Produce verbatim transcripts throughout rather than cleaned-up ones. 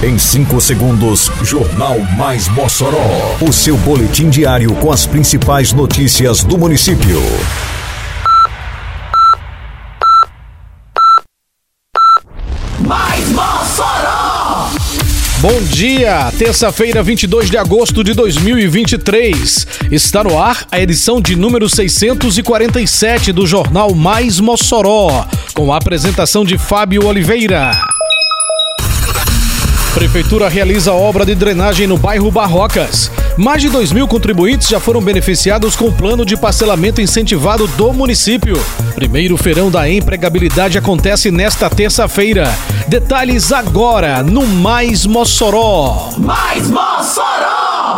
Em cinco segundos, Jornal Mais Mossoró. O seu boletim diário com as principais notícias do município. Mais Mossoró! Bom dia, terça-feira, vinte e dois de agosto de dois mil e vinte e três. Está no ar a edição de número seiscentos e quarenta e sete do Jornal Mais Mossoró, com a apresentação de Fábio Oliveira. Prefeitura realiza obra de drenagem no bairro Barrocas. Mais de dois mil contribuintes já foram beneficiados com o plano de parcelamento incentivado do município. Primeiro feirão da empregabilidade acontece nesta terça-feira. Detalhes agora no Mais Mossoró. Mais Mossoró!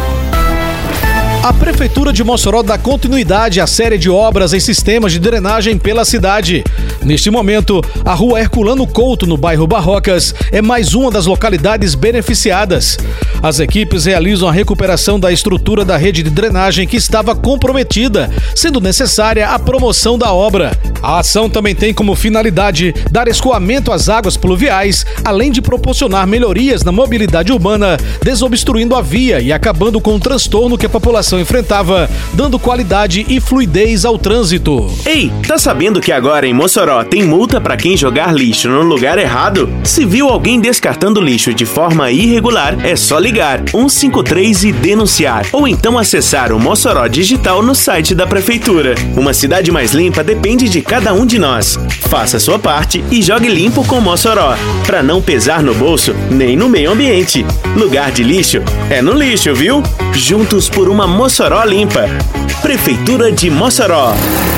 A Prefeitura de Mossoró dá continuidade à série de obras em sistemas de drenagem pela cidade. Neste momento, a rua Herculano Couto, no bairro Barrocas, é mais uma das localidades beneficiadas. As equipes realizam a recuperação da estrutura da rede de drenagem que estava comprometida, sendo necessária a promoção da obra. A ação também tem como finalidade dar escoamento às águas pluviais, além de proporcionar melhorias na mobilidade urbana, desobstruindo a via e acabando com o transtorno que a população enfrentava, dando qualidade e fluidez ao trânsito. Ei, tá sabendo que agora em Mossoró tem multa para quem jogar lixo no lugar errado? Se viu alguém descartando lixo de forma irregular, é só ligar um cinco três e denunciar, ou então acessar o Mossoró Digital no site da Prefeitura. Uma cidade mais limpa depende de cada um de nós. Faça a sua parte e jogue limpo com Mossoró, para não pesar no bolso nem no meio ambiente. Lugar de lixo é no lixo, viu? Juntos por uma Mossoró limpa. Prefeitura de Mossoró.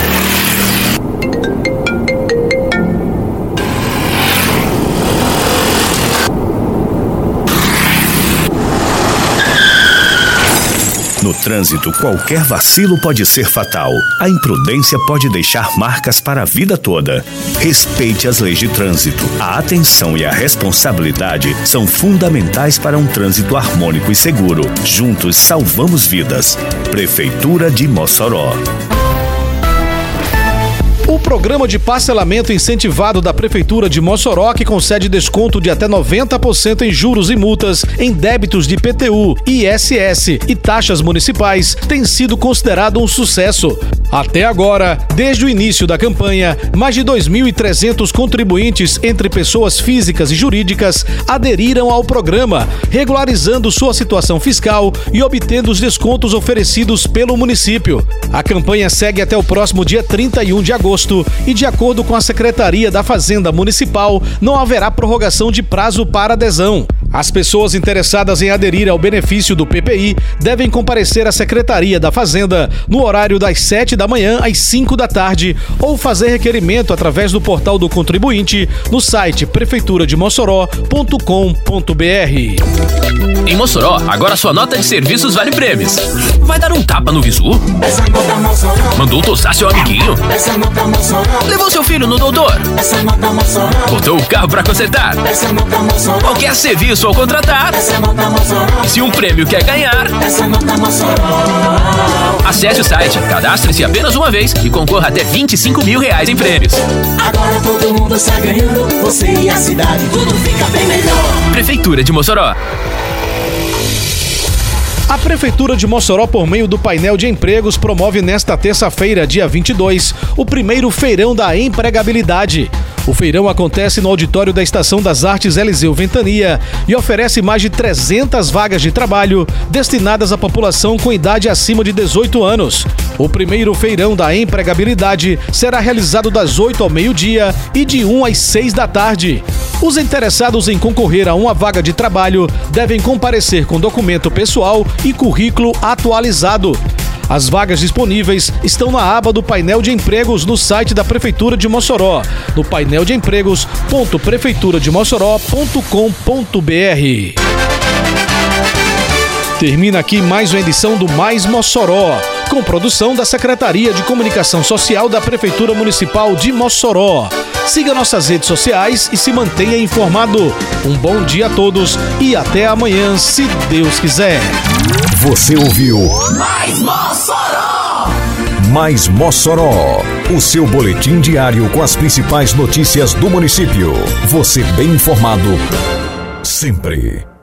No trânsito, qualquer vacilo pode ser fatal. A imprudência pode deixar marcas para a vida toda. Respeite as leis de trânsito. A atenção e a responsabilidade são fundamentais para um trânsito harmônico e seguro. Juntos salvamos vidas. Prefeitura de Mossoró. O programa de parcelamento incentivado da Prefeitura de Mossoró, que concede desconto de até noventa por cento em juros e multas em débitos de I P T U, I S S e taxas municipais, tem sido considerado um sucesso. Até agora, desde o início da campanha, mais de dois mil e trezentos contribuintes entre pessoas físicas e jurídicas aderiram ao programa, regularizando sua situação fiscal e obtendo os descontos oferecidos pelo município. A campanha segue até o próximo dia trinta e um de agosto e, de acordo com a Secretaria da Fazenda Municipal, não haverá prorrogação de prazo para adesão. As pessoas interessadas em aderir ao benefício do P P I devem comparecer à Secretaria da Fazenda no horário das sete da manhã às cinco da tarde ou fazer requerimento através do portal do contribuinte no site prefeitura de mossoró ponto com ponto br. Em Mossoró, agora sua nota de serviços vale prêmios. Vai dar um tapa no visu? Mandou tosar seu amiguinho? Levou seu filho no doutor? Botou o carro pra consertar? Qualquer serviço ao contratar? E se um prêmio quer ganhar? Acesse o site, cadastre-se apenas uma vez e concorra até vinte e cinco mil reais em prêmios. Agora todo mundo está ganhando, você e a cidade, tudo fica bem melhor. Prefeitura de Mossoró. A Prefeitura de Mossoró, por meio do painel de empregos, promove nesta terça-feira, dia vinte e dois, o primeiro feirão da empregabilidade. O feirão acontece no auditório da Estação das Artes Eliseu Ventania e oferece mais de trezentas vagas de trabalho destinadas à população com idade acima de dezoito anos. O primeiro feirão da empregabilidade será realizado das oito ao meio-dia e de uma às seis da tarde. Os interessados em concorrer a uma vaga de trabalho devem comparecer com documento pessoal e currículo atualizado. As vagas disponíveis estão na aba do painel de empregos no site da Prefeitura de Mossoró, no painel de empregos ponto prefeitura de mossoró ponto com ponto br. Termina aqui mais uma edição do Mais Mossoró, com produção da Secretaria de Comunicação Social da Prefeitura Municipal de Mossoró. Siga nossas redes sociais e se mantenha informado. Um bom dia a todos e até amanhã, se Deus quiser. Você ouviu Mais Mossoró! Mais Mossoró, o seu boletim diário com as principais notícias do município. Você bem informado, sempre. sempre.